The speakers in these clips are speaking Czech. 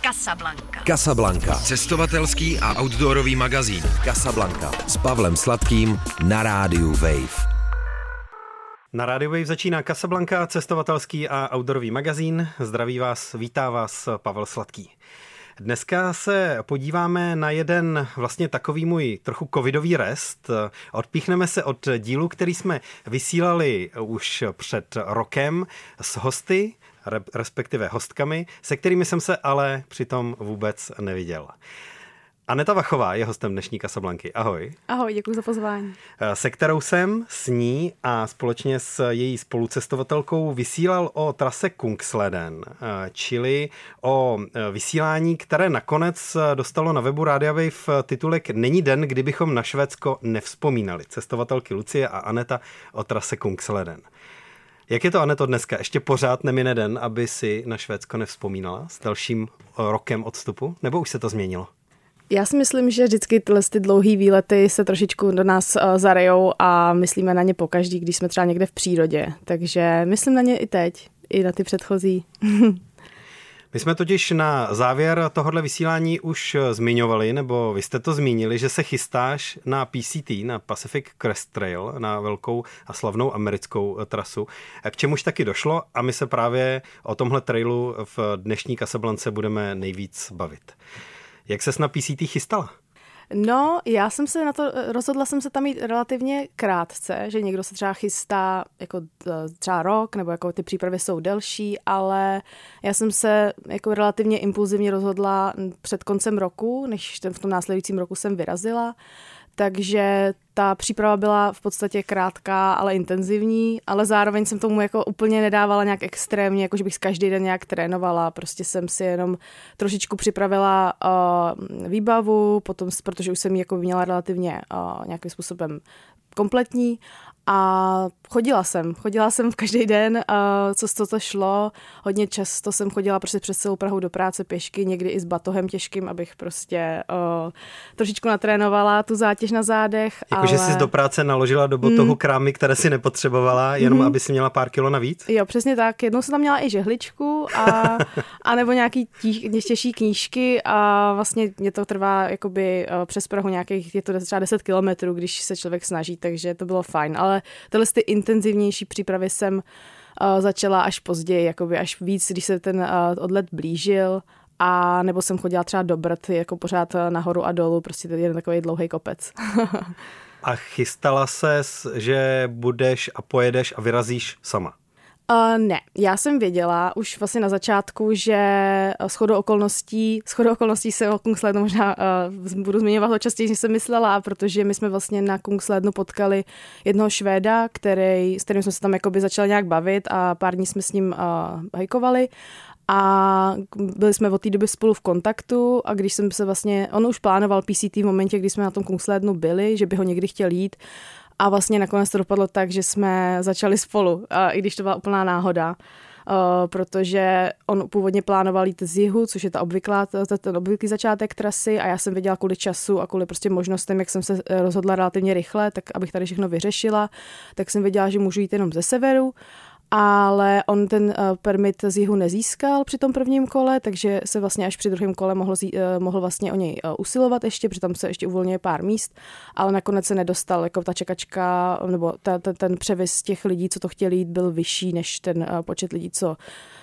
Casablanca. Cestovatelský a outdoorový magazín. Casablanca s Pavlem Sladkým na rádiu Wave. Na rádiu Wave začíná Casablanca, cestovatelský a outdoorový magazín. Zdraví vás, vítá vás Pavel Sladký. Dneska se podíváme na jeden vlastně takový můj trochu covidový rest. Odpíchneme se od dílu, který jsme vysílali už před rokem s hosty, respektive hostkami, se kterými jsem se ale přitom vůbec neviděl. Aneta Vachová je hostem dnešní Casablanky. Ahoj. Ahoj, děkuji za pozvání. Se kterou jsem s ní a společně s její spolucestovatelkou vysílal o trase Kungsleden, čili o vysílání, které nakonec dostalo na webu Rádia Wave titulek Není den, kdybychom na Švédsko nevzpomínali. Cestovatelky Lucie a Aneta o trase Kungsleden. Jak je to, Aneto, dneska? Ještě pořád nemine den, aby si na Švédsko nevzpomínala s dalším rokem odstupu? Nebo už se to změnilo? Já si myslím, že vždycky ty dlouhý výlety se trošičku do nás zarejou a myslíme na ně pokaždý, když jsme třeba někde v přírodě. Takže myslím na ně i teď, i na ty předchozí. My jsme totiž na závěr tohohle vysílání už zmiňovali, nebo vy jste to zmínili, že se chystáš na PCT, na Pacific Crest Trail, na velkou a slavnou americkou trasu, k čemuž taky došlo a my se právě o tomhle trailu v dnešní Casablance budeme nejvíc bavit. Jak ses na PCT chystala? No, rozhodla jsem se tam jít relativně krátce, že někdo se třeba chystá jako třeba rok, nebo jako ty přípravy jsou delší, ale já jsem se jako relativně impulzivně rozhodla před koncem roku, než v tom následujícím roku jsem vyrazila. Takže ta příprava byla v podstatě krátká, ale intenzivní, ale zároveň jsem tomu jako úplně nedávala nějak extrémně, jako že bych každý den nějak trénovala. Prostě jsem si jenom trošičku připravila výbavu, potom, protože už jsem ji jako měla relativně nějakým způsobem kompletní a chodila jsem každý den, co to šlo. Hodně často jsem chodila prostě přes celou Prahu do práce pěšky, někdy i s batohem těžkým, abych prostě trošičku natrénovala tu zátěž na zádech. Jakože jsi do práce naložila do botohu krámy, které si nepotřebovala, jenom aby si měla pár kilo navíc? Jo, přesně tak. Jednou jsem tam měla i žehličku a nebo nějaký těžší knížky a vlastně mě to trvá jakoby přes Prahu nějakých, je to třeba 10 kilometrů, když se člověk snaží, takže to bylo fajn. Ale tyhle ty intenzivnější přípravy jsem začala až později, jakoby až víc, když se ten odlet blížil, a nebo jsem chodila třeba do Brd, jako pořád nahoru a dolů, prostě jeden takový dlouhý kopec. A chystala ses, že budeš a pojedeš a vyrazíš sama? Ne, já jsem věděla už vlastně na začátku, že shodou okolností se o Kungslednu možná budu zmiňovat ho častěji, než jsem myslela, protože my jsme vlastně na Kungslednu potkali jednoho Švéda, s kterým jsme se tam jakoby začali nějak bavit a pár dní jsme s ním hajkovali. A byli jsme od té doby spolu v kontaktu a když jsem se vlastně, on už plánoval PCT v momentě, kdy jsme na tom Kungslednu byli, že by ho někdy chtěl jít a vlastně nakonec to dopadlo tak, že jsme začali spolu, i když to byla úplná náhoda, protože on původně plánoval jít z jihu, což je ten obvyklý začátek trasy a já jsem věděla kvůli času a kvůli prostě možnostem, jak jsem se rozhodla relativně rychle, tak abych tady všechno vyřešila, tak jsem věděla, že můžu jít jenom ze severu. Ale on ten permit z jihu nezískal při tom prvním kole, takže se vlastně až při druhém kole mohl vlastně o něj usilovat ještě, protože tam se ještě uvolňuje pár míst, ale nakonec se nedostal, jako ta čekačka, nebo ten převis těch lidí, co to chtěli jít, byl vyšší než ten počet lidí, co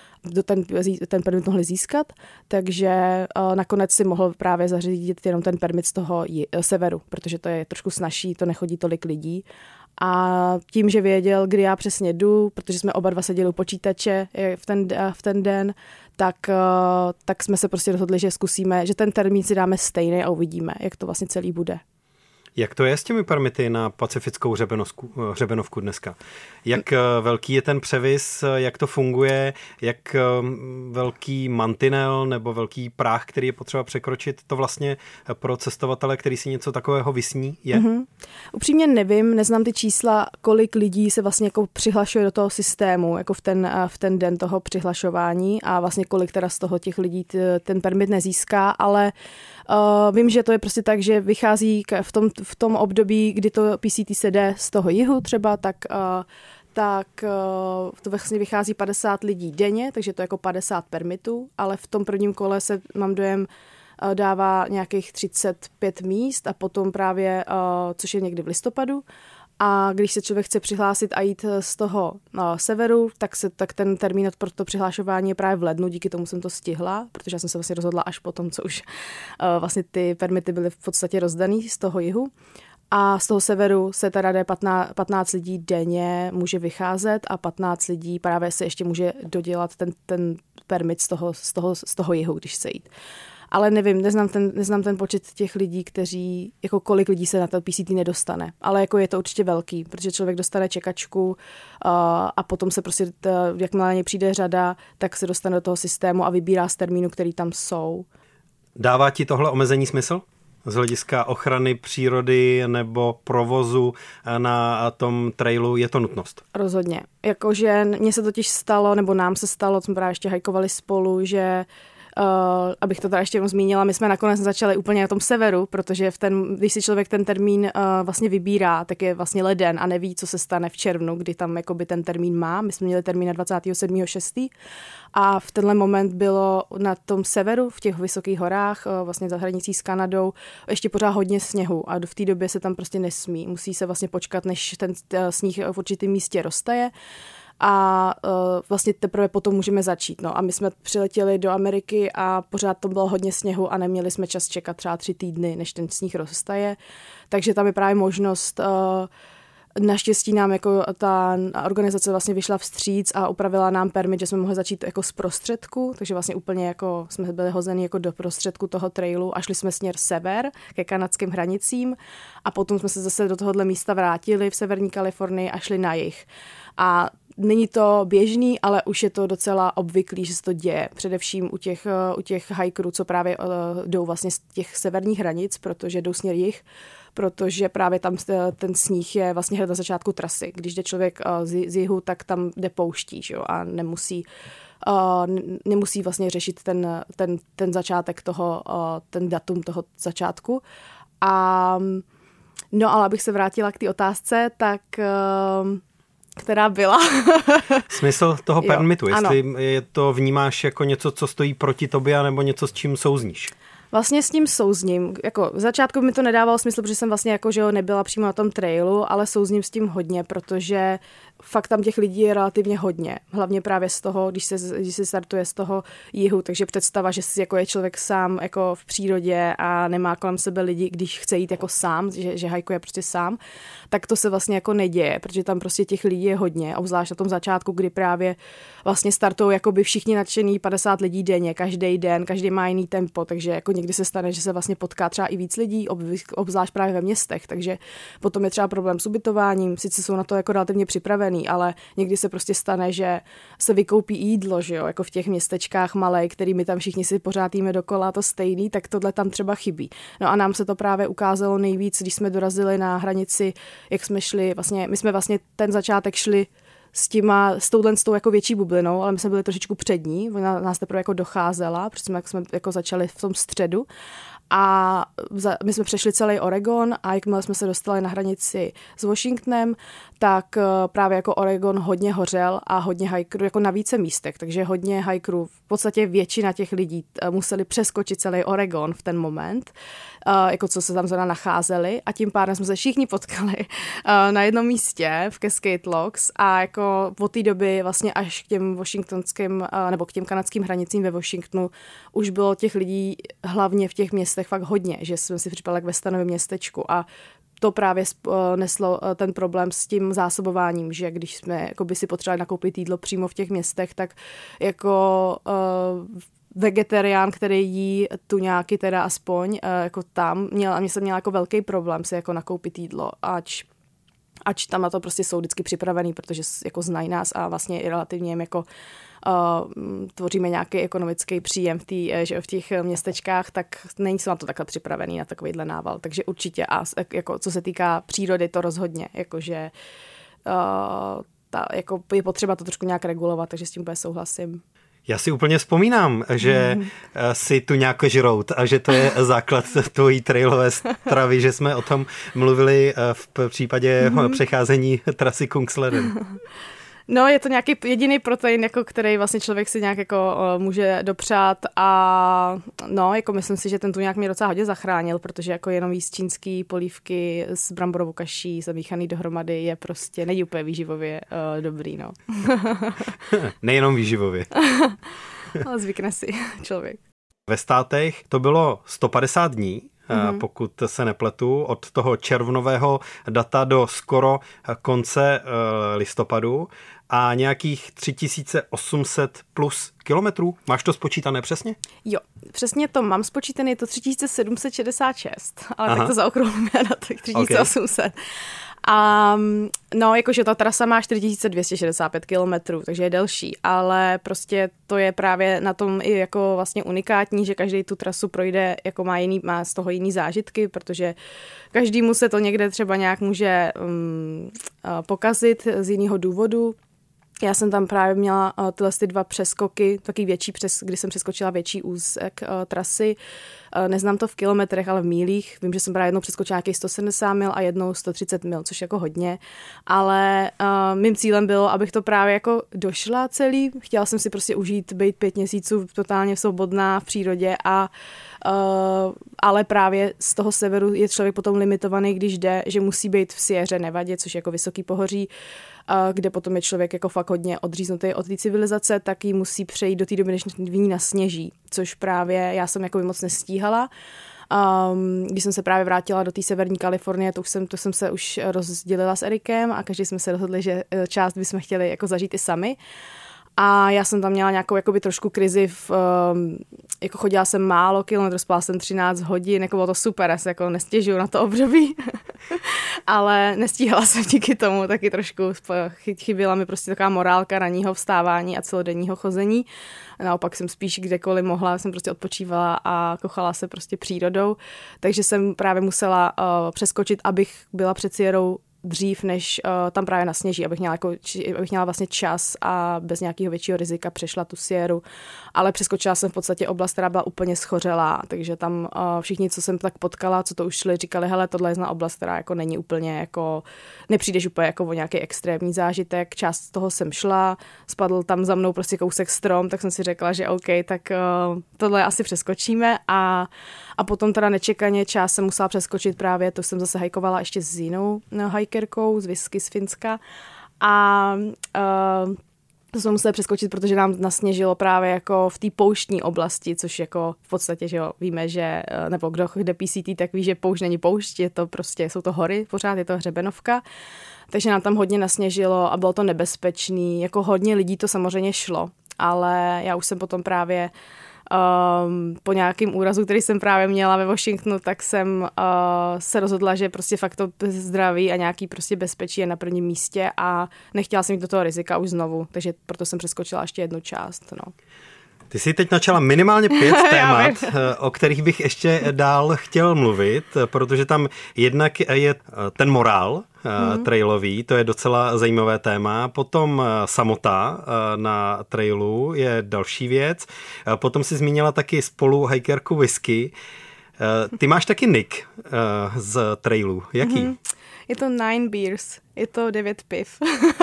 ten permit mohli získat, takže nakonec si mohl právě zařídit jenom ten permit z toho severu, protože to je trošku snazší, to nechodí tolik lidí. A tím, že věděl, kdy já přesně jdu, protože jsme oba dva seděli u počítače v ten den, tak jsme se prostě rozhodli, že zkusíme, že ten termín si dáme stejný a uvidíme, jak to vlastně celý bude. Jak to je s těmi permity na pacifickou hřebenovku dneska? Jak velký je ten převis, jak to funguje, jak velký mantinel nebo velký práh, který je potřeba překročit, to vlastně pro cestovatele, který si něco takového vysní, je? Mm-hmm. Upřímně nevím, neznám ty čísla, kolik lidí se vlastně jako přihlašuje do toho systému, jako v ten den toho přihlašování a vlastně kolik teda z toho těch lidí ten permit nezíská, ale vím, že to je prostě tak, že vychází v tom období, kdy to PCT se jde z toho jihu třeba, tak to vlastně vychází 50 lidí denně, takže to je jako 50 permitů, ale v tom prvním kole se, mám dojem, dává nějakých 35 míst a potom právě, což je někdy v listopadu, a když se člověk chce přihlásit a jít z toho severu, tak ten termín pro to přihlášování je právě v lednu, díky tomu jsem to stihla, protože já jsem se vlastně rozhodla až potom, co už vlastně ty permity byly v podstatě rozdaný z toho jihu. A z toho severu se teda jde 15 lidí denně může vycházet a 15 lidí právě se ještě může dodělat ten permit z toho jihu, když chce jít. Ale nevím, neznám ten počet těch lidí, kteří, jako kolik lidí se na to PCT nedostane. Ale jako je to určitě velký, protože člověk dostane čekačku a potom se prostě, jakmile na něj přijde řada, tak se dostane do toho systému a vybírá z termínu, který tam jsou. Dává ti tohle omezení smysl? Z hlediska ochrany přírody nebo provozu na tom trailu je to nutnost? Rozhodně. Jakože mně se totiž stalo, nebo nám se stalo, jsme právě ještě hajkovali spolu, že abych to teda ještě jednou zmínila, my jsme nakonec začali úplně na tom severu, protože když si člověk ten termín vlastně vybírá, tak je vlastně leden a neví, co se stane v červnu, kdy tam jakoby ten termín má. My jsme měli termín na 27.6. a v tenhle moment bylo na tom severu, v těch vysokých horách, vlastně za hranicí s Kanadou, ještě pořád hodně sněhu a v té době se tam prostě nesmí. Musí se vlastně počkat, než ten sníh v určitém místě roztaje. A vlastně teprve potom můžeme začít. No a my jsme přiletěli do Ameriky a pořád to bylo hodně sněhu a neměli jsme čas čekat třeba 3 týdny, než ten sníh roztaje. Takže tam je právě možnost, naštěstí nám jako ta organizace vlastně vyšla vstříc a upravila nám permit, že jsme mohli začít jako z prostředku, takže vlastně úplně jako jsme byli hozeni jako do prostředku toho trailu a šli jsme směr sever ke kanadským hranicím a potom jsme se zase do tohohle místa vrátili v severní Kalifornii a šli na jih. A není to běžný, ale už je to docela obvyklý, že se to děje. Především u těch hikerů, co právě jdou vlastně z těch severních hranic, protože jdou směr jih, protože právě tam ten sníh je vlastně hned na začátku trasy. Když jde člověk z jihu, tak tam jde pouští, že jo, a nemusí vlastně řešit ten začátek toho, ten datum toho začátku. No ale abych se vrátila k té otázce, tak která byla. Smysl toho permitu, jestli ano. to vnímáš jako něco, co stojí proti tobě, nebo něco, s čím souzníš? Vlastně s tím souzním. Jako v začátku mi to nedávalo smysl, protože jsem vlastně jako, že nebyla přímo na tom trailu, ale souzním s tím hodně, protože fakt tam těch lidí je relativně hodně. Hlavně právě z toho, když se startuje z toho jihu, takže představa, že jako je člověk sám jako v přírodě a nemá kolem sebe lidi, když chce jít jako sám, že hajkuje prostě sám, tak to se vlastně jako neděje, protože tam prostě těch lidí je hodně, obzvlášť na tom začátku, kdy právě vlastně startují jakoby všichni nadšený 50 lidí denně, každý den, každý má jiný tempo, takže jako někdy se stane, že se vlastně potká třeba i víc lidí, obzvlášť právě ve městech, takže potom je třeba problém s ubytováním, sice jsou na to jako relativně připravený, ale někdy se prostě stane, že se vykoupí jídlo, že jo, jako v těch městečkách malej, kterými tam všichni si pořád jíme dokola to stejný, tak tohle tam třeba chybí. No a nám se to právě ukázalo nejvíc, když jsme dorazili na hranici, jak jsme šli, vlastně, my jsme vlastně ten začátek šli s tou jako větší bublinou, ale my jsme byli trošičku přední, nás teprve jako docházela, protože jsme jako začali v tom středu a my jsme přešli celý Oregon a jakmile jsme se dostali na hranici s Washingtonem, tak právě jako Oregon hodně hořel a hodně hikerů jako na více místech, takže hodně hikerů, v podstatě většina těch lidí museli přeskočit celý Oregon v ten moment, jako co se tam zrovna nacházeli a tím pádem jsme se všichni potkali na jednom místě v Cascade Locks a jako od té doby vlastně až k těm washingtonským nebo k těm kanadským hranicím ve Washingtonu už bylo těch lidí hlavně v těch městech fakt hodně, že jsme si připadali jak ve stanovém městečku a to právě neslo ten problém s tím zásobováním, že když jsme jako by si potřebovali nakoupit jídlo přímo v těch městech, tak jako vegetarián, který jí tuňáky teda aspoň, jako tam, mě jsem měla jako velký problém si jako nakoupit jídlo, ač tam na to prostě jsou vždycky připravený, protože jako znají nás a vlastně i relativně jim jako tvoříme nějaký ekonomický příjem v těch městečkách, tak není se na to takhle připravený na takovýhle nával. Takže určitě a jako, co se týká přírody, to rozhodně, jakože jako je potřeba to trošku nějak regulovat, takže s tím úplně souhlasím. Já si úplně vzpomínám, že si tu nějak žrout a že to je základ tvojí trailové stravy, že jsme o tom mluvili v případě přecházení trasy Kungsleden. No, je to nějaký jediný protein, jako který vlastně člověk si nějak jako může dopřát a no, jako myslím si, že ten tuňák mě docela hodně zachránil, protože jako jenom jíst čínský polívky s bramborovou kaší zamíchaný dohromady je prostě není úplně výživově dobrý, no. Nejenom výživově. Ale zvykne si člověk. Ve státech to bylo 150 dní, pokud se nepletu, od toho červnového data do skoro konce listopadu a nějakých 3800 plus kilometrů. Máš to spočítané přesně? Jo, přesně to mám spočítané, je to 3766, ale tak to zaokrouhlíme na těch 3800. Okay. A no, jakože ta trasa má 4265 kilometrů, takže je delší, ale prostě to je právě na tom i jako vlastně unikátní, že každý tu trasu projde, jako má z toho jiný zážitky, protože každému se to někde třeba nějak může pokazit z jiného důvodu. Já jsem tam právě měla tyhle dva přeskoky, taky větší kdy jsem přeskočila větší úsek trasy. Neznám to v kilometrech, ale v mílích. Vím, že jsem právě jednou přeskočila nějakých 170 mil a jednou 130 mil, což jako hodně. Ale mým cílem bylo, abych to právě jako došla celý. Chtěla jsem si prostě užít, být 5 měsíců totálně svobodná v přírodě ale právě z toho severu je člověk potom limitovaný, když jde, že musí být v Sierře Nevadě, což je jako vysoký pohoří, kde potom je člověk jako fakt hodně odříznutý od té civilizace, tak ji musí přejít do té doby, než v ní nasněží, což právě já jsem jako moc nestíhala. Když jsem se právě vrátila do té severní Kalifornie, to jsem se už rozdělila s Erikem a každý jsme se rozhodli, že část bychom chtěli jako zažít i sami. A já jsem tam měla nějakou jakoby trošku krizi, jako chodila jsem málo kilometrů, spala jsem 13 hodin, jako bylo to super, já se jako nestěžuju na to období, ale nestíhala jsem díky tomu, taky trošku chyběla mi prostě taková morálka ranního vstávání a celodenního chození. Naopak jsem spíš kdekoliv mohla, jsem prostě odpočívala a kochala se prostě přírodou, takže jsem právě musela přeskočit, abych byla před Sierrou dřív, než tam právě nasněží, abych měla vlastně čas a bez nějakého většího rizika přešla tu Sierru. Ale přeskočila jsem v podstatě oblast, která byla úplně schořelá, takže tam všichni, co jsem tak potkala, co to už šli, říkali, hele, tohle je zná oblast, která jako není úplně jako, nepřijdeš úplně jako o nějaký extrémní zážitek. Část z toho jsem šla, spadl tam za mnou prostě kousek strom, tak jsem si řekla, že OK, tak tohle asi přeskočíme a potom teda nečekaně část jsem musela přeskočit právě, to jsem zase hajkovala ještě s jinou hajkerkou z Whisky z Finska a to jsme museli přeskočit, protože nám nasněžilo právě jako v té pouštní oblasti, což jako v podstatě, že jo, víme, že, nebo kdo jde PCT, tak ví, že poušť není poušť, je to prostě, jsou to hory, pořád je to hřebenovka, takže nám tam hodně nasněžilo a bylo to nebezpečný, jako hodně lidí to samozřejmě šlo, ale já už jsem potom právě po nějakým úrazu, který jsem právě měla ve Washingtonu, tak jsem se rozhodla, že prostě fakt to zdraví a nějaký prostě bezpečí je na prvním místě a nechtěla jsem jít do toho rizika už znovu, takže proto jsem přeskočila ještě jednu část. No. Ty jsi teď načala minimálně 5 témat, o kterých bych ještě dál chtěl mluvit, protože tam jednak je ten morál trailový, to je docela zajímavé téma. Potom samota na trailu je další věc. Potom si zmínila taky spolu hajkerku Whisky. Ty máš taky nick z trailu. Jaký? Je to 9 beers, je to 9 piv.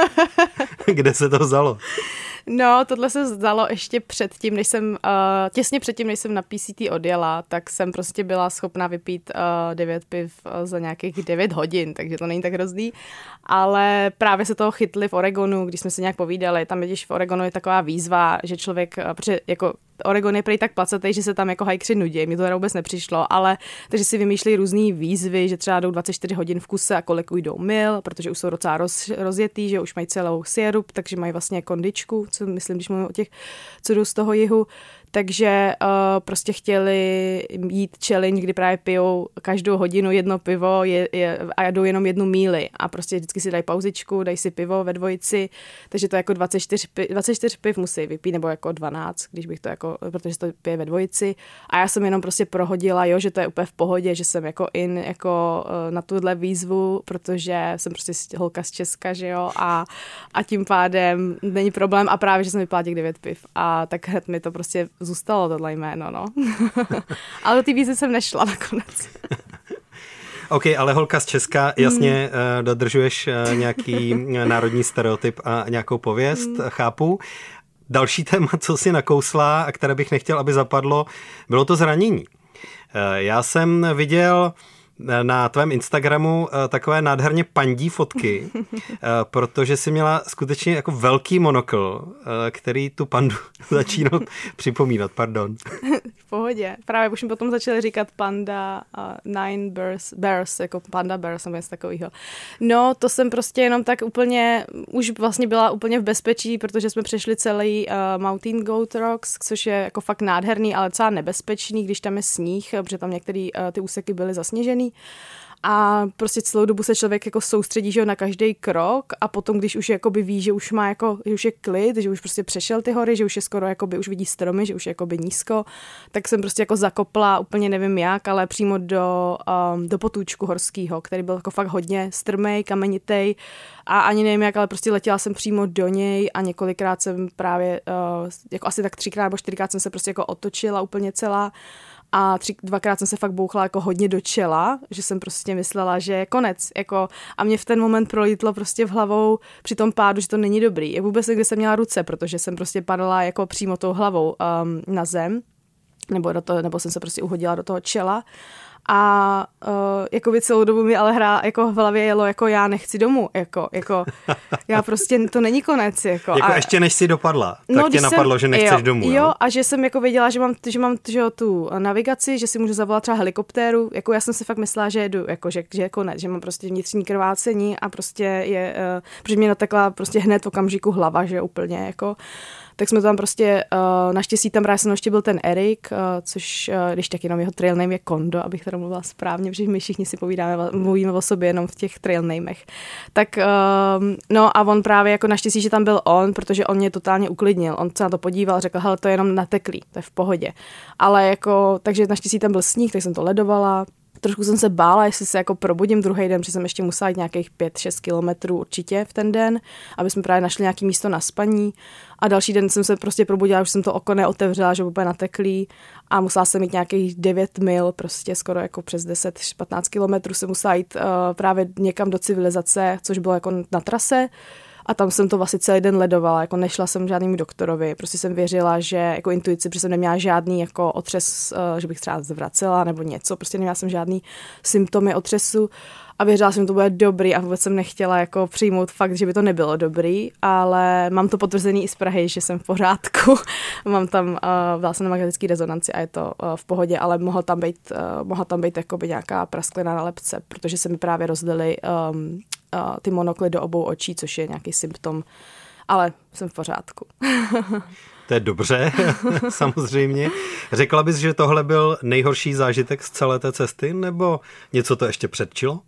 Kde se to vzalo? No, tohle se zdalo ještě předtím, než jsem, těsně předtím, než jsem na PCT odjela, tak jsem prostě byla schopná vypít 9 piv za nějakých 9 hodin, takže to není tak hrozný. Ale právě se toho chytli v Oregonu, když jsme se nějak povídali, tam když v Oregonu je taková výzva, že člověk, protože jako Oregon je prý tak placatý, že se tam jako hajkři nudí, mi to teda vůbec nepřišlo, ale takže si vymýšlí různý výzvy, že třeba jdou 24 hodin v kuse a kolik ujdou mil, protože už jsou docela rozjetý, že už mají celou Sierru, takže mají vlastně kondičku, co myslím, když mluvím o těch, co jdou z toho jihu, takže prostě chtěli jít challenge, kdy právě pijou každou hodinu jedno pivo a jdou jenom 1 míli a prostě vždycky si dají pauzičku, dají si pivo ve dvojici, takže to jako 24 piv musí vypít, nebo jako 12, když bych to jako, protože to pije ve dvojici a já jsem jenom prostě prohodila, jo, že to je úplně v pohodě, že jsem jako jako na tuhle výzvu, protože jsem prostě holka z Česka, že jo, a tím pádem není problém a právě, že jsem vypila těch 9 piv a tak hned mi to prostě zůstalo tohle jméno, no. Ale do té výzvy jsem nešla nakonec. OK, ale holka z Česka, jasně dodržuješ nějaký národní stereotyp a nějakou pověst, chápu. Další téma, co si nakousla a které bych nechtěl, aby zapadlo, bylo to zranění. Já jsem viděl na tvém Instagramu takové nádherně pandí fotky, protože jsi měla skutečně jako velký monokl, který tu pandu začínal připomínat, pardon. V pohodě. Právě už mi potom začali říkat panda nine bears, jako panda bears nebo něco takového. No, to jsem prostě jenom tak úplně, už vlastně byla úplně v bezpečí, protože jsme přešli celý Mountain Goat Rocks, což je jako fakt nádherný, ale docela nebezpečný, když tam je sníh, protože tam některé ty úseky byly zasněžený. A prostě celou dobu se člověk jako soustředí, že na každý krok a potom, když už jakoby ví, že už má jako, že už je klid, že už prostě přešel ty hory, že už je skoro jakoby, už vidí stromy, že už je jakoby nízko, tak jsem prostě jako zakopla, úplně nevím jak, ale přímo do potůčku horskýho, který byl jako fakt hodně strmej, kamenitej a ani nevím jak, ale prostě letěla jsem přímo do něj a několikrát jsem právě, jako asi tak 3krát nebo 4krát jsem se prostě jako otočila úplně celá. A 2krát jsem se fakt bouchla jako hodně do čela, že jsem prostě myslela, že je konec. Jako, a mě v ten moment prolítlo prostě v hlavou při tom pádu, že to není dobrý. Jak vůbec kde jsem měla ruce, protože jsem prostě padala jako přímo tou hlavou na zem, nebo jsem se prostě uhodila do toho čela. A jako by celou dobu mi ale jako v hlavě jelo, jako já nechci domů, jako já prostě, to není konec. Jako a ještě než jsi dopadla, tak tě napadlo, že nechceš domů. Jo, a že jsem jako věděla, že mám tu navigaci, že si můžu zavolat třeba helikoptéru, jako já jsem si fakt myslela, že jedu, jako, že je konec, že mám prostě vnitřní krvácení a prostě je, protože mě natekla prostě hned v okamžiku hlava, že úplně jako. Tak jsme tam prostě, naštěstí tam právě ještě byl ten Erik, což když tak jenom jeho trail name je Kondo, abych teda mluvila správně, protože my všichni si mluvíme o sobě jenom v těch trail namech. Tak no a on právě jako naštěstí, že tam byl on, protože on mě totálně uklidnil. On se na to podíval, řekl, hele, to je jenom nateklý, to je v pohodě. Ale jako, takže naštěstí tam byl sníh, tak jsem to ledovala. Trošku jsem se bála, jestli se jako probudím druhý den, protože jsem ještě musela jít nějakých 5-6 kilometrů určitě v ten den, aby jsme právě našli nějaké místo na spaní. A další den jsem se prostě probudila, už jsem to oko neotevřela, že úplně nateklý a musela jsem jít nějakých 9 mil, prostě skoro jako přes 10-15 kilometrů jsem musela jít právě někam do civilizace, což bylo jako na trase. A tam jsem to vlastně celý den ledovala, jako nešla jsem žádnému doktorovi, prostě jsem věřila, že jako intuici, protože jsem neměla žádný jako otřes, že bych třeba zvracela nebo něco, prostě neměla jsem žádný symptomy otřesu a věřila jsem, že to bude dobrý a vůbec jsem nechtěla jako přijmout fakt, že by to nebylo dobrý, ale mám to potvrzený i z Prahy, že jsem v pořádku, mám tam, dala jsem na magnetický rezonanci a je to v pohodě, ale mohla tam být jakoby nějaká prasklená na lepce, protože se mi právě rozlily ty monokly do obou očí, což je nějaký symptom, ale jsem v pořádku. To je dobře, samozřejmě. Řekla bys, že tohle byl nejhorší zážitek z celé té cesty, nebo něco to ještě předčilo?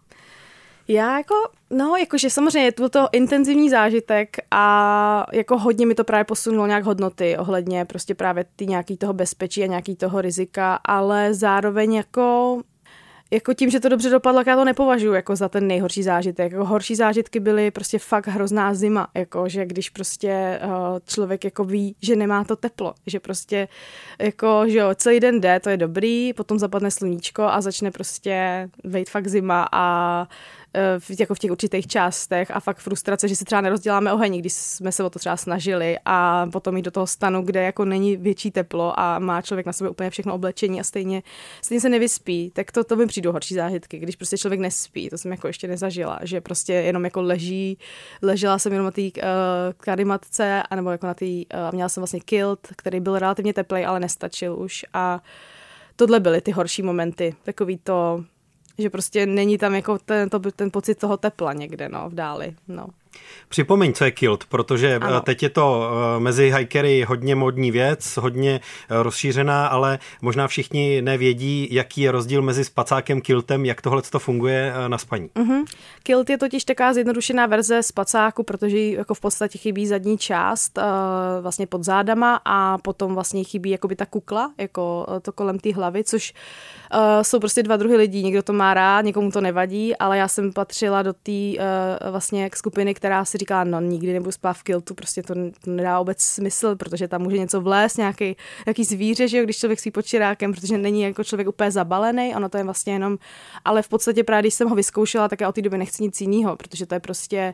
Já jakože samozřejmě byl to intenzivní zážitek a jako hodně mi to právě posunulo nějak hodnoty ohledně prostě právě nějaký toho bezpečí a nějaký toho rizika, ale zároveň jako tím, že to dobře dopadlo, já to nepovažuji jako za ten nejhorší zážitek. Jako horší zážitky byly prostě fakt hrozná zima, jako že když prostě člověk jako ví, že nemá to teplo, že prostě jako, že jo, celý den jde, to je dobrý, potom zapadne sluníčko a začne prostě vejít fakt zima a jako v těch určitých částech a fakt frustrace, že si třeba nerozděláme oheň, když jsme se o to třeba snažili a potom jít do toho stanu, kde jako není větší teplo a má člověk na sobě úplně všechno oblečení a stejně se nevyspí, tak to mi přijdou horší zážitky, když prostě člověk nespí, to jsem jako ještě nezažila, že prostě jenom jako ležela jsem jenom na té karimatce, anebo jako na té, měla jsem vlastně kilt, který byl relativně teplej, ale nestačil už a tohle byly ty horší momenty, takový to, že prostě není tam jako ten pocit toho tepla někde, no, v dáli, no. Připomeň, co je kilt, protože ano. Teď je to mezi hikery hodně módní věc, hodně rozšířená, ale možná všichni nevědí, jaký je rozdíl mezi spacákem, kiltem, jak tohle to funguje na spaní. Mm-hmm. Kilt je totiž taková zjednodušená verze spacáku, protože jako v podstatě chybí zadní část vlastně pod zádama a potom vlastně chybí jakoby ta kukla, jako to kolem té hlavy, což jsou prostě dva druhy lidí. Někdo to má rád, někomu to nevadí, ale já jsem patřila do té vlastně skupiny, která si říkala, no nikdy nebudu spát v kiltu, prostě to nedá vůbec smysl, protože tam může něco vlézt, nějaký zvíře, že jo, když člověk spí pod čirákem, protože není jako člověk úplně zabalený, ono to je vlastně jenom, ale v podstatě právě, když jsem ho vyzkoušela, tak já od té doby nechci nic jiného, protože to je prostě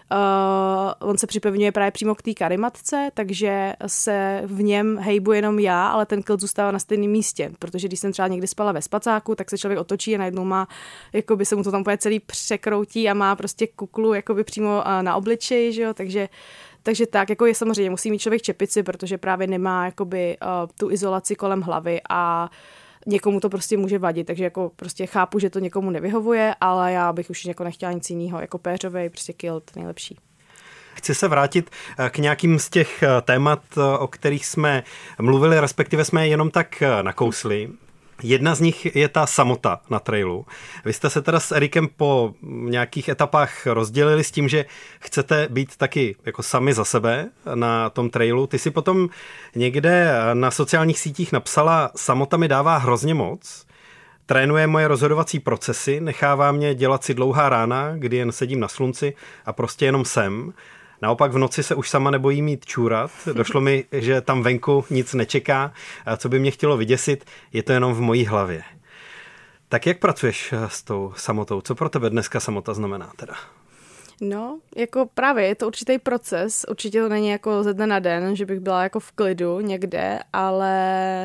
on se připevňuje právě přímo k té karimatce, takže se v něm hejbu jenom já, ale ten kilt zůstává na stejném místě, protože když jsem třeba někdy spala ve spacáku, tak se člověk otočí a najednou má, jakoby se mu to tam úplně celý překroutí a má prostě kuklu jakoby přímo na obličeji, že jo, takže tak, jako je samozřejmě, musí mít člověk čepici, protože právě nemá jakoby tu izolaci kolem hlavy a někomu to prostě může vadit, takže jako prostě chápu, že to někomu nevyhovuje, ale já bych už jako nechtěla nic jiného, jako péřovej, prostě kilt nejlepší. Chci se vrátit k nějakým z těch témat, o kterých jsme mluvili, respektive jsme jenom tak nakousli. Jedna z nich je ta samota na trailu. Vy jste se teda s Erikem po nějakých etapách rozdělili s tím, že chcete být taky jako sami za sebe na tom trailu. Ty si potom někde na sociálních sítích napsala, samota mi dává hrozně moc, trénuje moje rozhodovací procesy, nechává mě dělat si dlouhá rána, kdy jen sedím na slunci a prostě jenom jsem. Naopak v noci se už sama nebojím jít čůrat. Došlo mi, že tam venku nic nečeká, co by mě chtělo vyděsit, je to jenom v mojí hlavě. Tak jak pracuješ s tou samotou? Co pro tebe dneska samota znamená teda? No, jako právě je to určitý proces, určitě to není jako ze dne na den, že bych byla jako v klidu někde, ale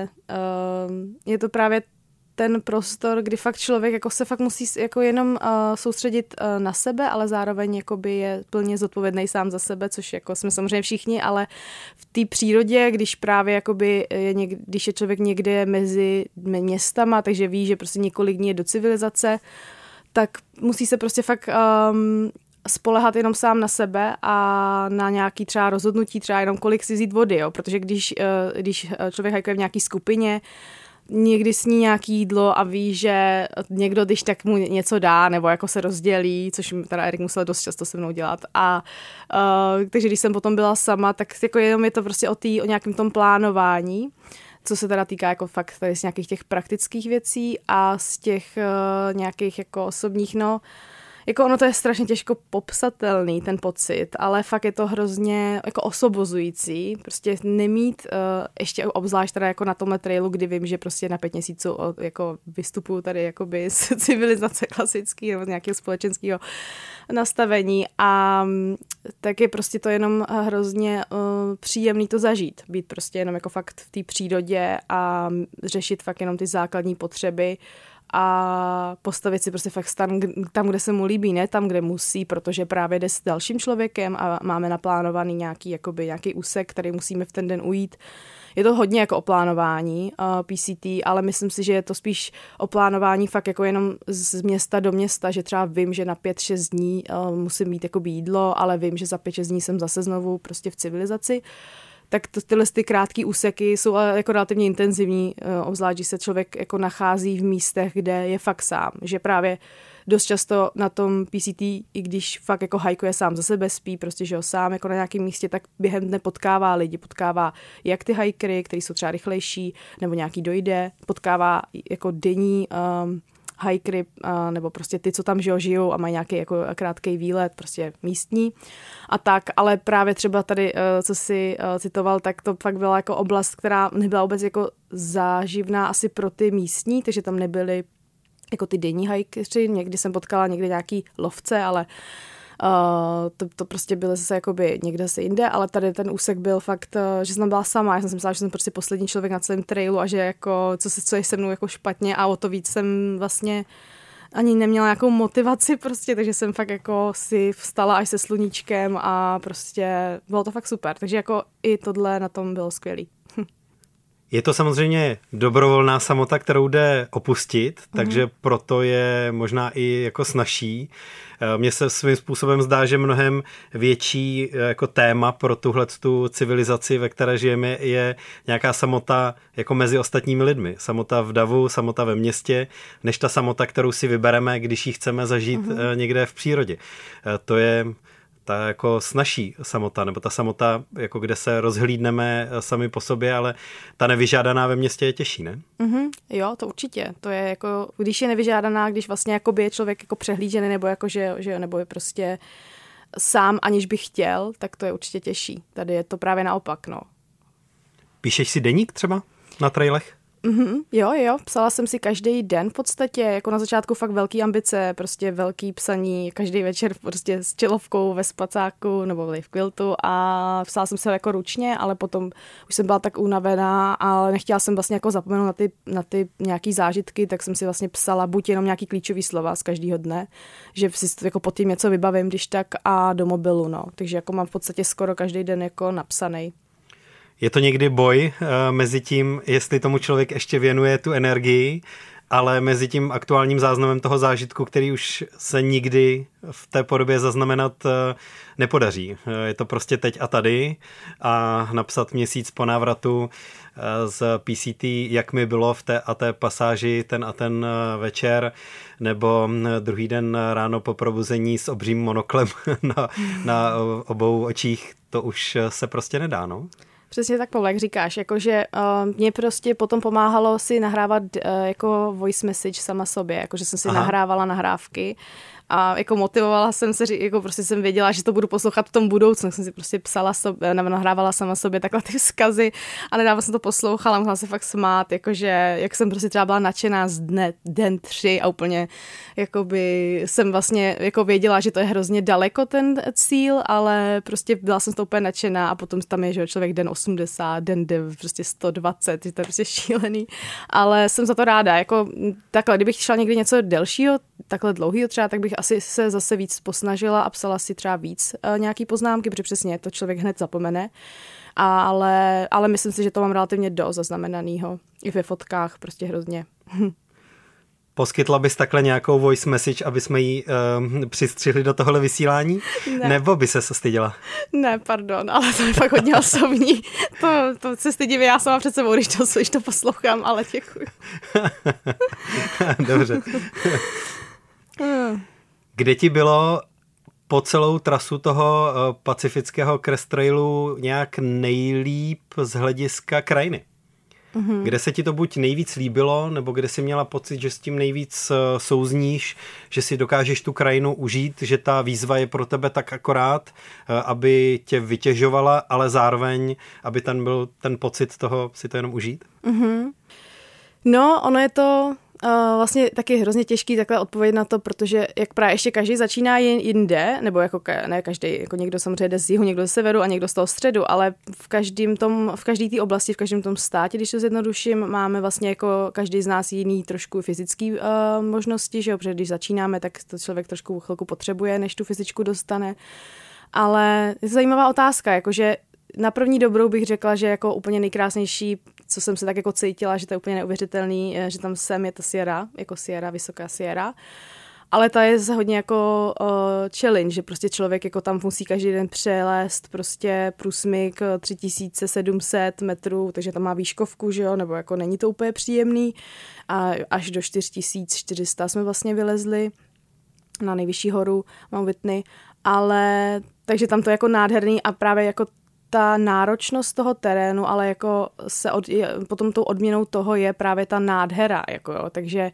je to právě ten prostor, kdy fakt člověk jako se fakt musí jako jenom soustředit na sebe, ale zároveň jakoby je plně zodpovědný sám za sebe, což jako jsme samozřejmě všichni, ale v té přírodě, když právě jakoby když je člověk někde mezi městama, takže ví, že prostě několik dní je do civilizace, tak musí se prostě fakt spolehat jenom sám na sebe a na nějaký třeba rozhodnutí, třeba jenom kolik si vzít vody, jo? Protože když člověk hajkuje v nějaký skupině, někdy sní nějaký jídlo a ví, že někdo, když tak mu něco dá, nebo jako se rozdělí, což teda Erik musel dost často se mnou dělat. Takže když jsem potom byla sama, tak jako jenom je to prostě o nějakém tom plánování, co se teda týká jako fakt tady z nějakých těch praktických věcí a z těch nějakých jako osobních, no, jako ono to je strašně těžko popsatelný, ten pocit, ale fakt je to hrozně jako osobozující, prostě nemít, ještě obzvlášť teda jako na tomhle trailu, kdy vím, že prostě na 5 měsíců jako vystupuju tady jakoby z civilizace klasický nebo z nějakého společenského nastavení a tak je prostě to jenom hrozně příjemný to zažít, být prostě jenom jako fakt v té přírodě a řešit fakt jenom ty základní potřeby a postavit si prostě fakt stan tam, kde se mu líbí, ne tam, kde musí, protože právě jde s dalším člověkem a máme naplánovaný nějaký úsek, který musíme v ten den ujít. Je to hodně jako o plánování PCT, ale myslím si, že je to spíš o plánování fakt jako jenom z města do města, že třeba vím, že na 5-6 dní musím mít jakoby jídlo, ale vím, že za 5-6 dní jsem zase znovu prostě v civilizaci. Tak tyhle ty krátké úseky jsou jako relativně intenzivní, obzvlášť, když se člověk jako nachází v místech, kde je fakt sám. Že právě dost často na tom PCT, i když fakt jako hajkuje sám za sebe, spí prostě, že ho sám jako na nějakém místě, tak během dne potkává lidi, potkává jak ty hajkery, který jsou třeba rychlejší, nebo nějaký dojde, potkává jako denní hajkery, nebo prostě ty, co tam žijou a mají nějaký jako krátký výlet, prostě místní a tak, ale právě třeba tady, co si citoval, tak to fakt byla jako oblast, která nebyla vůbec jako záživná asi pro ty místní, takže tam nebyly jako ty denní hajkeři, někdy jsem potkala někde nějaký lovce, ale to prostě bylo zase jakoby někde se jinde, ale tady ten úsek byl fakt, že jsem tam byla sama, já jsem si myslela, že jsem prostě poslední člověk na celém trailu a že jako, co je se mnou jako špatně a o to víc jsem vlastně ani neměla nějakou motivaci prostě, takže jsem fakt jako si vstala až se sluníčkem a prostě bylo to fakt super, takže jako i tohle na tom bylo skvělý. Je to samozřejmě dobrovolná samota, kterou jde opustit, takže proto je možná i jako snazší. Mně se svým způsobem zdá, že mnohem větší jako téma pro tuhletu civilizaci, ve které žijeme, je nějaká samota jako mezi ostatními lidmi. Samota v davu, samota ve městě, než ta samota, kterou si vybereme, když ji chceme zažít někde v přírodě. To je ta jako snazší samota, nebo ta samota, jako kde se rozhlídneme sami po sobě, ale ta nevyžádaná ve městě je těžší, ne? Jo, to určitě. To je jako, když je nevyžádaná, když vlastně jakoby je člověk jako přehlížený, nebo jako, že nebo je prostě sám, aniž by chtěl, tak to je určitě těžší. Tady je to právě naopak, no. Píšeš si deník třeba na trailech? Jo, psala jsem si každý den v podstatě, jako na začátku fakt velký ambice, prostě velký psaní, každý večer prostě s čelovkou ve spacáku nebo v quiltu a psala jsem se jako ručně, ale potom už jsem byla tak unavená a nechtěla jsem vlastně jako zapomenout na ty nějaký zážitky, tak jsem si vlastně psala buď jenom nějaký klíčový slova z každého dne, že si jako pod tím něco vybavím, když tak a do mobilu, no. Takže jako mám v podstatě skoro každý den jako napsaný. Je to někdy boj mezi tím, jestli tomu člověk ještě věnuje tu energii, ale mezi tím aktuálním záznamem toho zážitku, který už se nikdy v té podobě zaznamenat nepodaří. Je to prostě teď a tady a napsat měsíc po návratu z PCT, jak mi bylo v té a té pasáži ten a ten večer, nebo druhý den ráno po probuzení s obřím monoklem na obou očích, to už se prostě nedá, no? Přesně tak, Pavel, jak říkáš, jakože mě prostě potom pomáhalo si nahrávat jako voice message sama sobě, jakože jsem si nahrávala nahrávky a jako motivovala jsem se, jako prostě jsem věděla, že to budu poslouchat v tom budoucnu, jsem si prostě psala nebo nahrávala sama sobě takhle ty vzkazy a nedávno jsem to poslouchala, mohla se fakt smát, jakože jak jsem prostě třeba byla nadšená z den 3 a úplně jakoby jsem vlastně jako věděla, že to je hrozně daleko ten cíl, ale prostě byla jsem z toho úplně nadšená a potom tam je, že člověk den 80, den prostě 120, že to je prostě šílený, ale jsem za to ráda, jako takhle, kdybych šla někdy něco delšího, takhle dlouhýho třeba, tak bych asi se zase víc posnažila a psala si třeba víc nějaký poznámky, protože přesně to člověk hned zapomene, ale myslím si, že to mám relativně dost zaznamenanýho i ve fotkách, prostě hrozně. Poskytla bys takhle nějakou voice message, aby jsme ji přistřihli do tohle vysílání? Ne. Nebo by se styděla? Ne, pardon, ale to je fakt hodně osobní. To se stydím já sama před sebou, když to poslouchám, ale děkuji. Dobře. Kde ti bylo po celou trasu toho pacifického crest trailu nějak nejlíp z hlediska krajiny? Kde se ti to buď nejvíc líbilo, nebo kde jsi měla pocit, že s tím nejvíc souzníš, že si dokážeš tu krajinu užít, že ta výzva je pro tebe tak akorát, aby tě vytěžovala, ale zároveň, aby ten byl ten pocit toho si to jenom užít? No, ono je to vlastně taky hrozně těžký takhle odpovědět na to, protože jak právě ještě každý začíná jinde, nebo jako ne každý, jako někdo samozřejmě jde z jihu, někdo z severu a někdo z toho středu, ale v každé té oblasti, v každém tom státě, když to zjednoduším, máme vlastně jako každý z nás jiný trošku fyzický možnosti, že jo, protože když začínáme, tak to člověk trošku chvilku potřebuje, než tu fyzičku dostane. Ale je to zajímavá otázka, jakože na první dobrou bych řekla, že jako úplně nejkrásnější, co jsem se tak jako cítila, že to je úplně neuvěřitelný, že tam je ta Sierra, jako Sierra, vysoká Sierra. Ale ta je hodně jako challenge, že prostě člověk jako tam musí každý den přelézt prostě průsmyk 3700 metrů, takže tam má výškovku, že jo, nebo jako není to úplně příjemný. A až do 4400 jsme vlastně vylezli na nejvyšší horu Mount Whitney, ale takže tam to je jako nádherný a právě jako ta náročnost toho terénu, ale jako potom tou odměnou toho je právě ta nádhera, jako jo, takže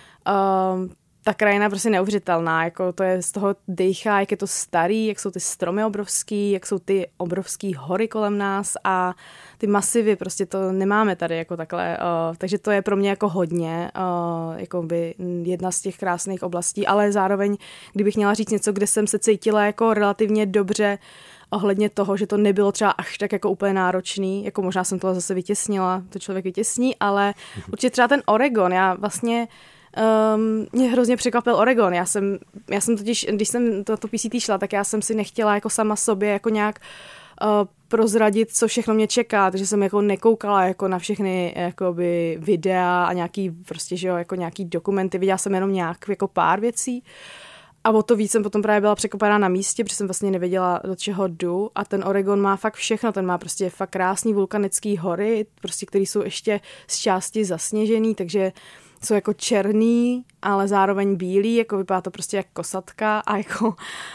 ta krajina prostě neuvěřitelná, jako to je z toho dejchá, jak je to starý, jak jsou ty stromy obrovský, jak jsou ty obrovský hory kolem nás a ty masivy, prostě to nemáme tady jako takhle, takže to je pro mě jako hodně, jako by jedna z těch krásných oblastí, ale zároveň, kdybych měla říct něco, kde jsem se cítila jako relativně dobře ohledně toho, že to nebylo třeba až tak jako úplně náročný, jako možná jsem to zase vytěsnila, to člověk vytěsní, ale určitě třeba ten Oregon, já vlastně mě hrozně překvapil Oregon. Já jsem totiž, když jsem to PCT šla, tak já jsem si nechtěla jako sama sobě jako nějak prozradit, co všechno mě čeká, takže jsem jako nekoukala jako na všechny jakoby videa a nějaký prostě, že jo, jako nějaký dokumenty, viděla jsem jenom nějak jako pár věcí a o to víc jsem potom právě byla překvapená na místě, protože jsem vlastně nevěděla, do čeho jdu a ten Oregon má fakt všechno, ten má prostě fakt krásný vulkanický hory, prostě, které jsou ještě z části zasněžený, takže jsou jako černý, ale zároveň bílý, jako vypadá to prostě jak kosatka a jako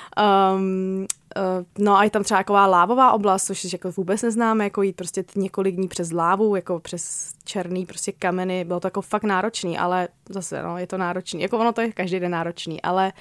no a je tam třeba taková lávová oblast, což jako vůbec neznáme, jako jít prostě několik dní přes lávu, jako přes černý prostě kameny, bylo to jako fakt náročný, ale zase no, je to náročný, jako ono to je každý den náročný, ale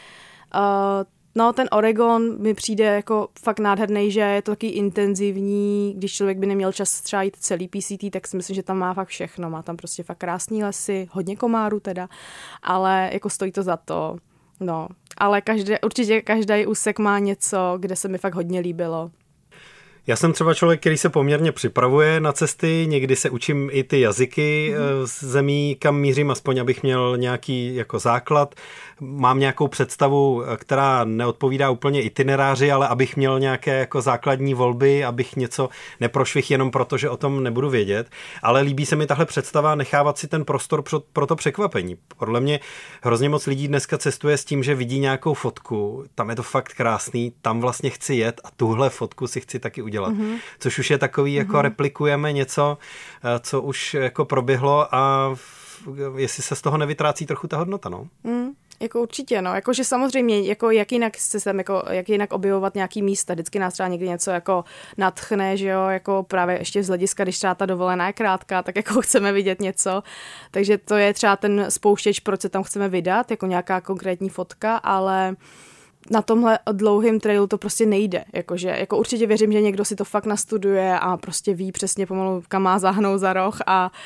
no ten Oregon mi přijde jako fakt nádherný, že je to taky intenzivní, když člověk by neměl čas třeba jít celý PCT, tak si myslím, že tam má fakt všechno, má tam prostě fakt krásný lesy, hodně komárů teda, ale jako stojí to za to, no, ale určitě každý úsek má něco, kde se mi fakt hodně líbilo. Já jsem třeba člověk, který se poměrně připravuje na cesty, někdy se učím i ty jazyky z zemí, kam mířím, aspoň abych měl nějaký jako základ. Mám nějakou představu, která neodpovídá úplně itineráři, ale abych měl nějaké jako základní volby, abych něco neprošvih jenom proto, že o tom nebudu vědět. Ale líbí se mi tahle představa nechávat si ten prostor pro to překvapení. Podle mě hrozně moc lidí dneska cestuje s tím, že vidí nějakou fotku, tam je to fakt krásný, tam vlastně chci jet a tuhle fotku si chci taky udělat. Což už je takový, jako replikujeme něco, co už jako proběhlo a jestli se z toho nevytrácí trochu ta hodnota, no. Jako určitě, no, jakože samozřejmě, jako jak jinak se sem, jako jak jinak objevovat nějaký místa, vždycky nás třeba někdy něco jako nadchne, že jo, jako právě ještě z hlediska, když třeba ta dovolená je krátká, tak jako chceme vidět něco, takže to je třeba ten spouštěč, proč se tam chceme vydat, jako nějaká konkrétní fotka, ale na tomhle dlouhým trailu to prostě nejde, jakože, jako určitě věřím, že někdo si to fakt nastuduje a prostě ví přesně pomalu, kam má zahnout za roh,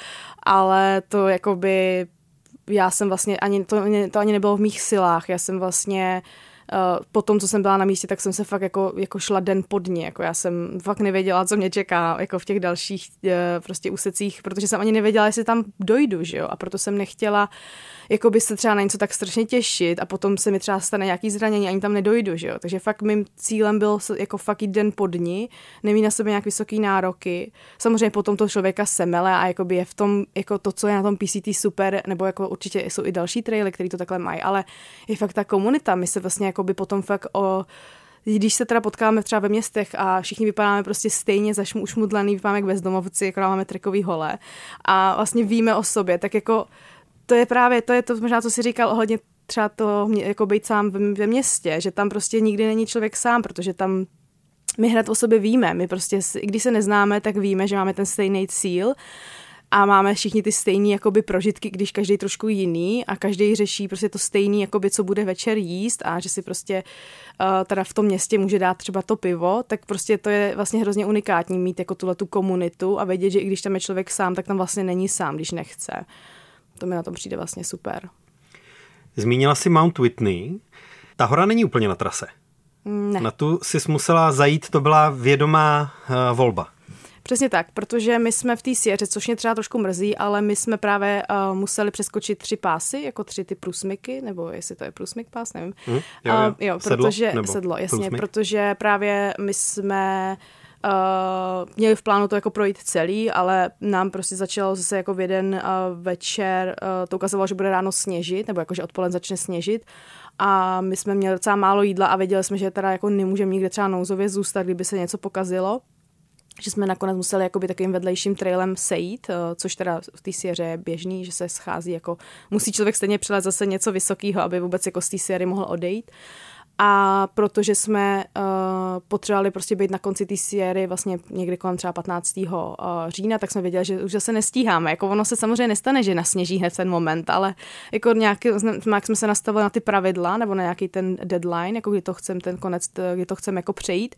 ale to jakoby já jsem vlastně, to ani nebylo v mých silách, já jsem vlastně po tom, co jsem byla na místě, tak jsem se fakt jako šla den po dni, jako já jsem fakt nevěděla, co mě čeká jako v těch dalších prostě úsecích, protože jsem ani nevěděla, jestli tam dojdu, že jo, a proto jsem nechtěla jako by se třeba na něco tak strašně těšit a potom se mi třeba stane nějaký zranění, ani tam nedojdu, že jo, takže fakt mým cílem bylo jako fakt jít den po dni, nemít na sebe nějak vysoký nároky, samozřejmě potom to člověka semele a jakoby je v tom, jako to, co je na tom PCT super, nebo jako určitě jsou i další traily, který to takhle mají, ale je fakt ta komunita, my se vlastně jakoby potom fakt když se teda potkáme třeba ve městech a všichni vypadáme prostě stejně ušmudlaný, vypadáme jak bezdomovci, jako máme trekový hole a vlastně víme o sobě, tak jako to je to možná, co si říkal ohledně třeba to jako být sám ve městě, že tam prostě nikdy není člověk sám, protože tam my hned o sobě víme, my prostě, i když se neznáme, tak víme, že máme ten stejný cíl a máme všichni ty stejný jakoby prožitky, když každý trošku jiný a každý řeší prostě to stejný, jakoby, co bude večer jíst a že si prostě teda v tom městě může dát třeba to pivo, tak prostě to je vlastně hrozně unikátní mít jako tu komunitu a vědět, že i když tam je člověk sám, tak tam vlastně není sám, když nechce. To mi na tom přijde vlastně super. Zmínila jsi Mount Whitney. Ta hora není úplně na trase. Ne. Na tu jsi musela zajít, to byla vědomá volba. Přesně tak, protože my jsme v té Sierře, což mě třeba trošku mrzí, ale my jsme právě museli přeskočit 3 pásy, jako 3 ty průsmyky, nebo jestli to je průsmyk pás, nevím. Jo, protože sedlo, jasně, průsmyk. Protože právě my jsme měli v plánu to jako projít celý, ale nám prostě začalo zase jako v jeden večer, to ukazovalo, že bude ráno sněžit, nebo jako, že odpoledne začne sněžit a my jsme měli docela málo jídla a věděli jsme, že teda jako nemůžeme nikde třeba nouzově zůstat, kdyby se něco pokazilo. Že jsme nakonec museli jakoby takovým vedlejším trailem sejít, což teda v té Sierře je běžný, že se schází jako, musí člověk stejně přilet zase něco vysokého, aby vůbec jako z té Sierry mohl odejít. A protože jsme potřebovali prostě být na konci té Sierry vlastně někdy kolem třeba 15. října, tak jsme věděli, že už zase nestíháme. Jako ono se samozřejmě nestane, že nasněží hned v ten moment, ale jako nějaký jsme se nastavili na ty pravidla nebo na nějaký ten deadline, jako kdy to chceme ten konec, kdy to chceme jako přejít.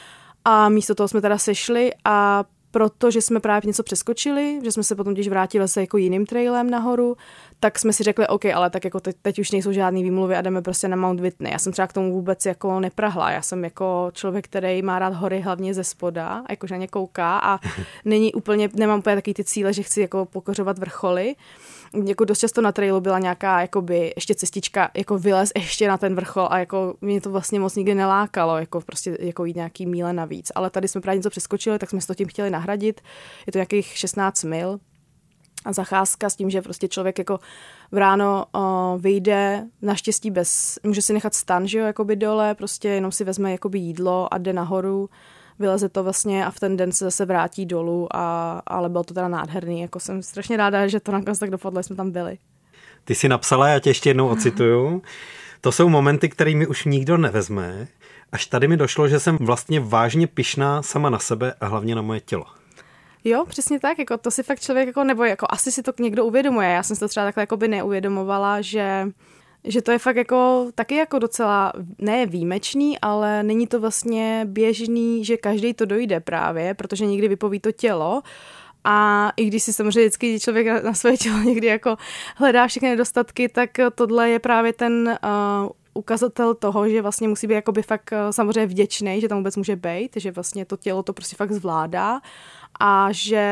A místo toho jsme teda sešli a protože jsme právě něco přeskočili, že jsme se potom, když vrátili se jako jiným trailem nahoru, tak jsme si řekli, OK, ale tak jako teď už nejsou žádný výmluvy a jdeme prostě na Mount Whitney. Já jsem třeba k tomu vůbec jako neprahla. Já jsem jako člověk, který má rád hory hlavně ze spoda, jakože na ně kouká a nemám úplně takový ty cíle, že chci jako pokořovat vrcholy. jako dost často na trailu byla nějaká jakoby ještě cestička, jako vylez ještě na ten vrchol a jako mě to vlastně moc nikdy nelákalo, jako prostě jako jít nějaký míle navíc. Ale tady jsme právě něco přeskočili, tak jsme se to tím chtěli nahradit. Je to nějakých 16 mil a zacházka s tím, že prostě člověk jako v ráno vyjde naštěstí může si nechat stan, že jo, jakoby dole, prostě jenom si vezme jakoby jídlo a jde nahoru, vyleze to vlastně a v ten den se zase vrátí dolů, ale bylo to teda nádherný, jako jsem strašně ráda, že to nakonec tak dopadlo, jsme tam byli. Ty jsi napsala, já tě ještě jednou ocituju, to jsou momenty, které mi už nikdo nevezme, až tady mi došlo, že jsem vlastně vážně pyšná sama na sebe a hlavně na moje tělo. Jo, přesně tak, jako to si fakt člověk, jako, nebo jako asi si to někdo uvědomuje, já jsem si to třeba takhle jako by neuvědomovala, že to je fakt jako taky jako docela, ne výjimečný, ale není to vlastně běžný, že každý to dojde právě, protože někdy vypoví to tělo a i když si samozřejmě vždycky člověk na své tělo někdy jako hledá všechny nedostatky, tak tohle je právě ten ukazatel toho, že vlastně musí být jakoby fakt samozřejmě vděčný, že tam vůbec může být, že vlastně to tělo to prostě fakt zvládá a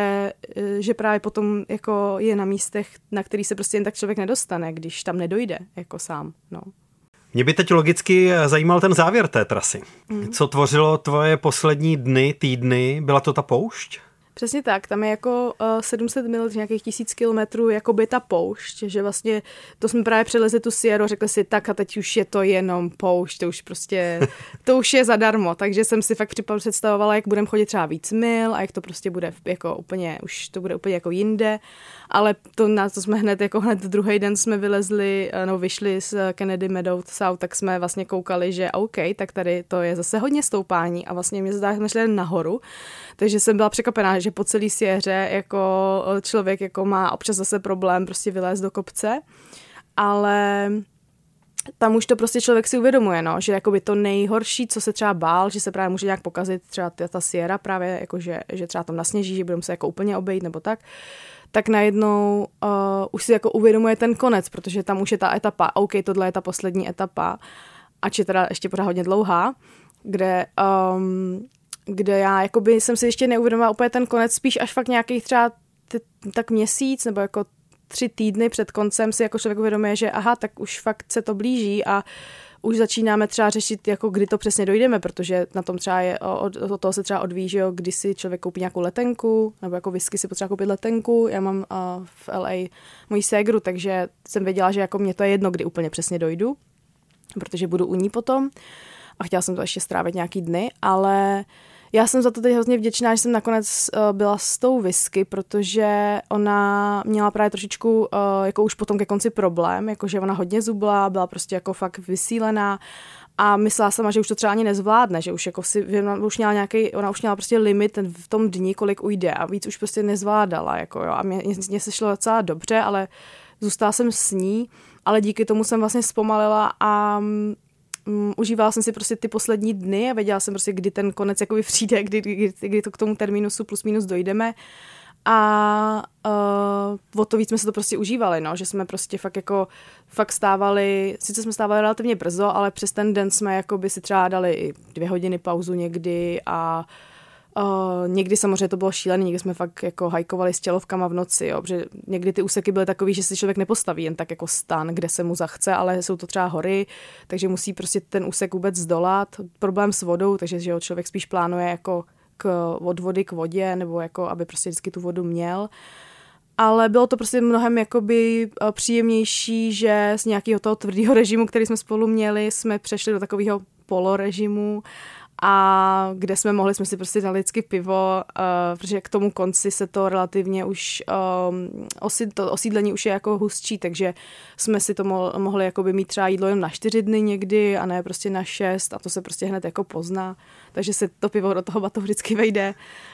že právě potom jako je na místech, na který se prostě jen tak člověk nedostane, když tam nedojde jako sám. No. Mě by teď logicky zajímal ten závěr té trasy. Co tvořilo tvoje poslední dny, týdny? Byla to ta poušť? Přesně tak, tam je jako 700 mil, nějakých 1000 kilometrů, jako by ta poušť, že vlastně to jsme právě přelezli tu Sierru, řekli si tak a teď už je to jenom poušť, to už prostě, to už je zadarmo, takže jsem si fakt představovala, jak budeme chodit třeba víc mil a jak to prostě bude jako úplně, už to bude úplně jako jinde, ale to jsme hned druhý den jsme vyšli z Kennedy Meadow South, tak jsme vlastně koukali, že OK, tak tady to je zase hodně stoupání a vlastně mě zdá, že jsme šli nahoru, takže jsem byla překvapená, že po celý Sierře jako člověk jako má občas zase problém prostě vylézt do kopce, ale tam už to prostě člověk si uvědomuje, no, že jakoby to nejhorší, co se třeba bál, že se právě může nějak pokazit třeba ta Sierra právě, jako že třeba tam nasněží, že budeme se jako úplně obejít nebo tak najednou už si jako uvědomuje ten konec, protože tam už je ta etapa, OK, tohle je ta poslední etapa, ač je teda ještě pořád hodně dlouhá, kde já jakoby jsem si ještě neuvědomila úplně ten konec, spíš až fakt nějakých třeba tak měsíc nebo jako 3 týdny před koncem si jako člověk uvědomuje, že aha, tak už fakt se to blíží a už začínáme třeba řešit, jako kdy to přesně dojdeme, protože na tom třeba od toho se třeba odvíjí, že jo, kdy si člověk koupí nějakou letenku, nebo jako whisky si potřeba koupit letenku. Já mám v LA moji ségru, takže jsem věděla, že jako mě to je jedno, kdy úplně přesně dojdu, protože budu u ní potom a chtěla jsem to ještě strávit nějaký dny, ale já jsem za to teď hrozně vděčná, že jsem nakonec byla s tou whisky, protože ona měla právě trošičku jako už potom ke konci problém, jakože ona hodně zubla, byla prostě jako fakt vysílená a myslela sama, že už to třeba ani nezvládne, že už jako ona už měla prostě limit v tom dni, kolik ujde a víc už prostě nezvládala, jako jo, a mě se šlo docela dobře, ale zůstala jsem s ní, ale díky tomu jsem vlastně zpomalila a užívala jsem si prostě ty poslední dny a věděla jsem prostě, kdy ten konec jakoby přijde, kdy to k tomu termínusu plus minus dojdeme a o to víc jsme se to prostě užívali, no, že jsme prostě fakt stávali, sice jsme stávali relativně brzo, ale přes ten den jsme jakoby si třeba dali i 2 hodiny pauzu někdy a někdy samozřejmě to bylo šílené, někdy jsme fakt jako hajkovali s tělovkama v noci, jo, protože někdy ty úseky byly takový, že si člověk nepostaví jen tak jako stan, kde se mu zachce, ale jsou to třeba hory, takže musí prostě ten úsek vůbec zdolat. Problém s vodou, takže že jo, člověk spíš plánuje jako od vody k vodě, nebo jako aby prostě vždycky tu vodu měl. Ale bylo to prostě mnohem jakoby příjemnější, že z nějakého toho tvrdého režimu, který jsme spolu měli, jsme přešli do takového polorežimu, a kde jsme si prostě dali vždycky pivo, protože k tomu konci se to relativně už, to osídlení už je jako hustší, takže jsme si to mohli jakoby mít třeba jídlo jen na 4 dny někdy a ne prostě na 6 a to se prostě hned jako pozná, takže se to pivo do toho batohu vždycky vejde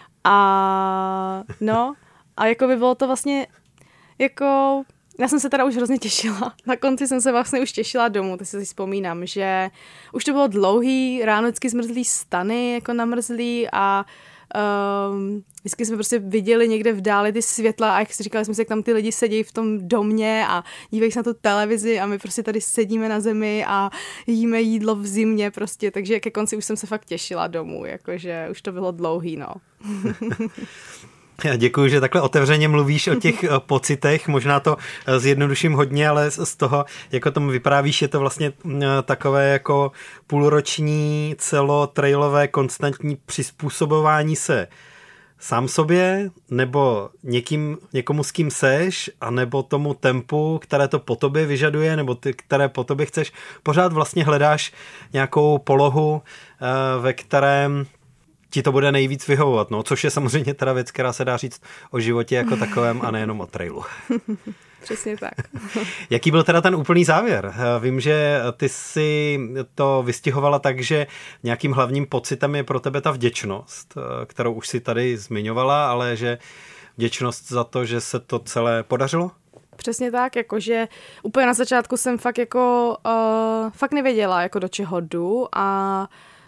a no a jako by bylo to vlastně jako... Já jsem se teda už hrozně těšila. Na konci jsem se vlastně už těšila domů, tak si vzpomínám, že už to bylo dlouhý, ráno vždycky zmrzlý stany, jako namrzlý a vždycky jsme prostě viděli někde v dáli ty světla a jak si říkali jsme si, jak tam ty lidi sedí v tom domě a dívají se na tu televizi a my prostě tady sedíme na zemi a jíme jídlo v zimě prostě, takže ke konci už jsem se fakt těšila domů, jakože už to bylo dlouhý, no. Já děkuji, že takhle otevřeně mluvíš o těch pocitech, možná to zjednoduším hodně, ale z toho, jako tomu vyprávíš, je to vlastně takové jako půlroční celotrailové konstantní přizpůsobování se sám sobě, nebo někomu s kým seš, anebo tomu tempu, které to po tobě vyžaduje, nebo ty, které po tobě chceš. Pořád vlastně hledáš nějakou polohu, ve kterém ti to bude nejvíc vyhovovat, no, což je samozřejmě teda věc, která se dá říct o životě jako takovém a nejenom o trailu. Přesně tak. Jaký byl teda ten úplný závěr? Vím, že ty si to vystihovala tak, že nějakým hlavním pocitem je pro tebe ta vděčnost, kterou už si tady zmiňovala, ale že vděčnost za to, že se to celé podařilo? Přesně tak, jakože úplně na začátku jsem fakt jako fakt nevěděla, jako do čeho jdu a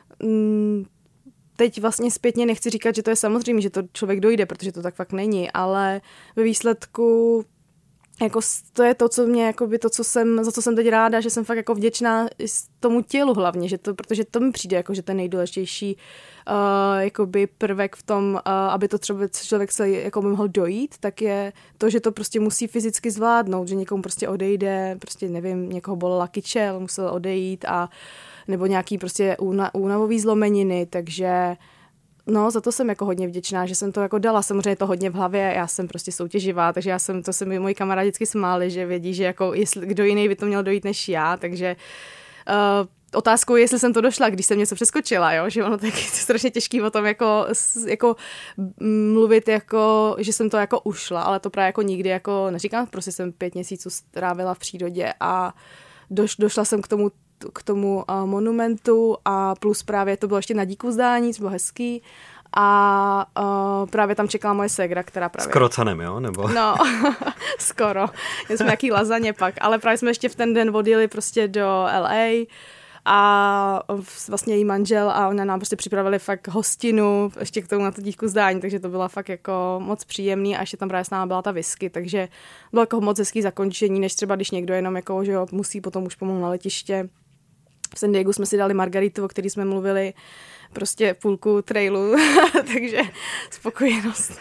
teď vlastně zpětně nechci říkat, že to je samozřejmě, že to člověk dojde, protože to tak fakt není, ale ve výsledku jako to je to, co mě, jakoby to, za co jsem teď ráda, že jsem fakt jako vděčná tomu tělu hlavně, že to, protože to mi přijde jako, že ten nejdůležitější jakoby prvek v tom, aby to třeba člověk se jako mohl dojít, tak je to, že to prostě musí fyzicky zvládnout, že někomu prostě odejde, prostě nevím, někoho bolela kyčel, musel odejít a nebo nějaký prostě únavový zlomeniny, takže no, za to jsem jako hodně vděčná, že jsem to jako dala, samozřejmě to hodně v hlavě, já jsem prostě soutěživá, takže to se mi moji kamarádi vždycky smáli, že vědí, že jako kdo jiný by to měl dojít než já, takže otázkou je, jestli jsem to došla, když jsem něco přeskočila, jo? Že ono taky je strašně těžký o tom jako mluvit, jako, že jsem to jako ušla, ale to právě jako nikdy jako neříkám, prostě jsem 5 měsíců strávila v přírodě a došla jsem k tomu monumentu a plus právě to bylo ještě na Díkuzdání, což bylo hezký a právě tam čekala moje ségra, která právě... S krocanem, jo? Nebo... No, skoro. Měli jsme nějaký lazaně pak, ale právě jsme ještě v ten den odjeli prostě do LA a vlastně její manžel a ona nám prostě připravili fakt hostinu ještě k tomu na to Díkuzdání, takže to bylo fakt jako moc příjemný a ještě tam právě s náma byla ta whisky, takže bylo jako moc hezký zakončení, než třeba když někdo jenom jako, že jo, musí potom už pomalu na letiště. V San Diegu jsme si dali margaritu, o který jsme mluvili prostě půlku trailu, takže spokojenost.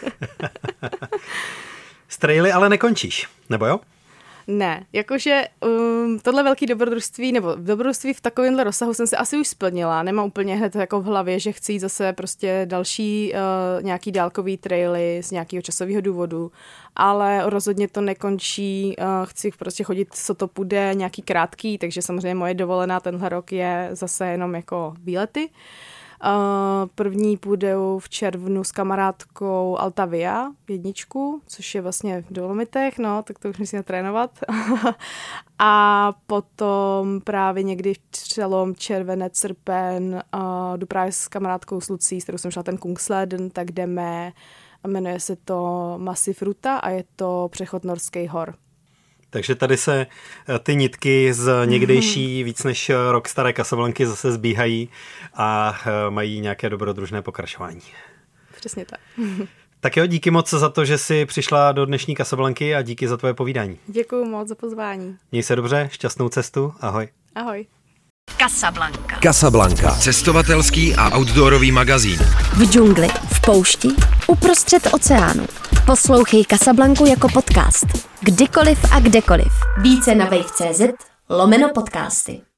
S traily ale nekončíš, nebo jo? Ne, jakože tohle velké dobrodružství, nebo dobrodružství v takovémhle rozsahu jsem si asi už splnila. Nemám úplně hned jako v hlavě, že chci jít zase prostě další nějaký dálkový traily z nějakého časového důvodu, ale rozhodně to nekončí. Chci prostě chodit, co to půjde, nějaký krátký, takže samozřejmě moje dovolená tenhle rok je zase jenom jako výlety. První půjdou v červnu s kamarádkou Altavia, 1, což je vlastně v Dolomitech, no, tak to už musím trénovat. A potom právě někdy v přelom červenec, srpen jdu právě s kamarádkou s Lucí, s kterou jsem šla ten Kungsleden, tak jdeme, jmenuje se to Massive Ruta a je to přechod Norských hor. Takže tady se ty nitky z někdejší víc než rok staré Casablanky zase zbíhají a mají nějaké dobrodružné pokračování. Přesně tak. Tak jo, díky moc za to, že jsi přišla do dnešní Casablanky a díky za tvoje povídání. Děkuju moc za pozvání. Měj se dobře, šťastnou cestu, ahoj. Ahoj. Casablanca. Casablanca. Cestovatelský a outdoorový magazín. V džungli, v poušti, uprostřed oceánu. Poslouchej Casablancu jako podcast. Kdykoliv a kdekoliv. Více na wave.cz/podcasty.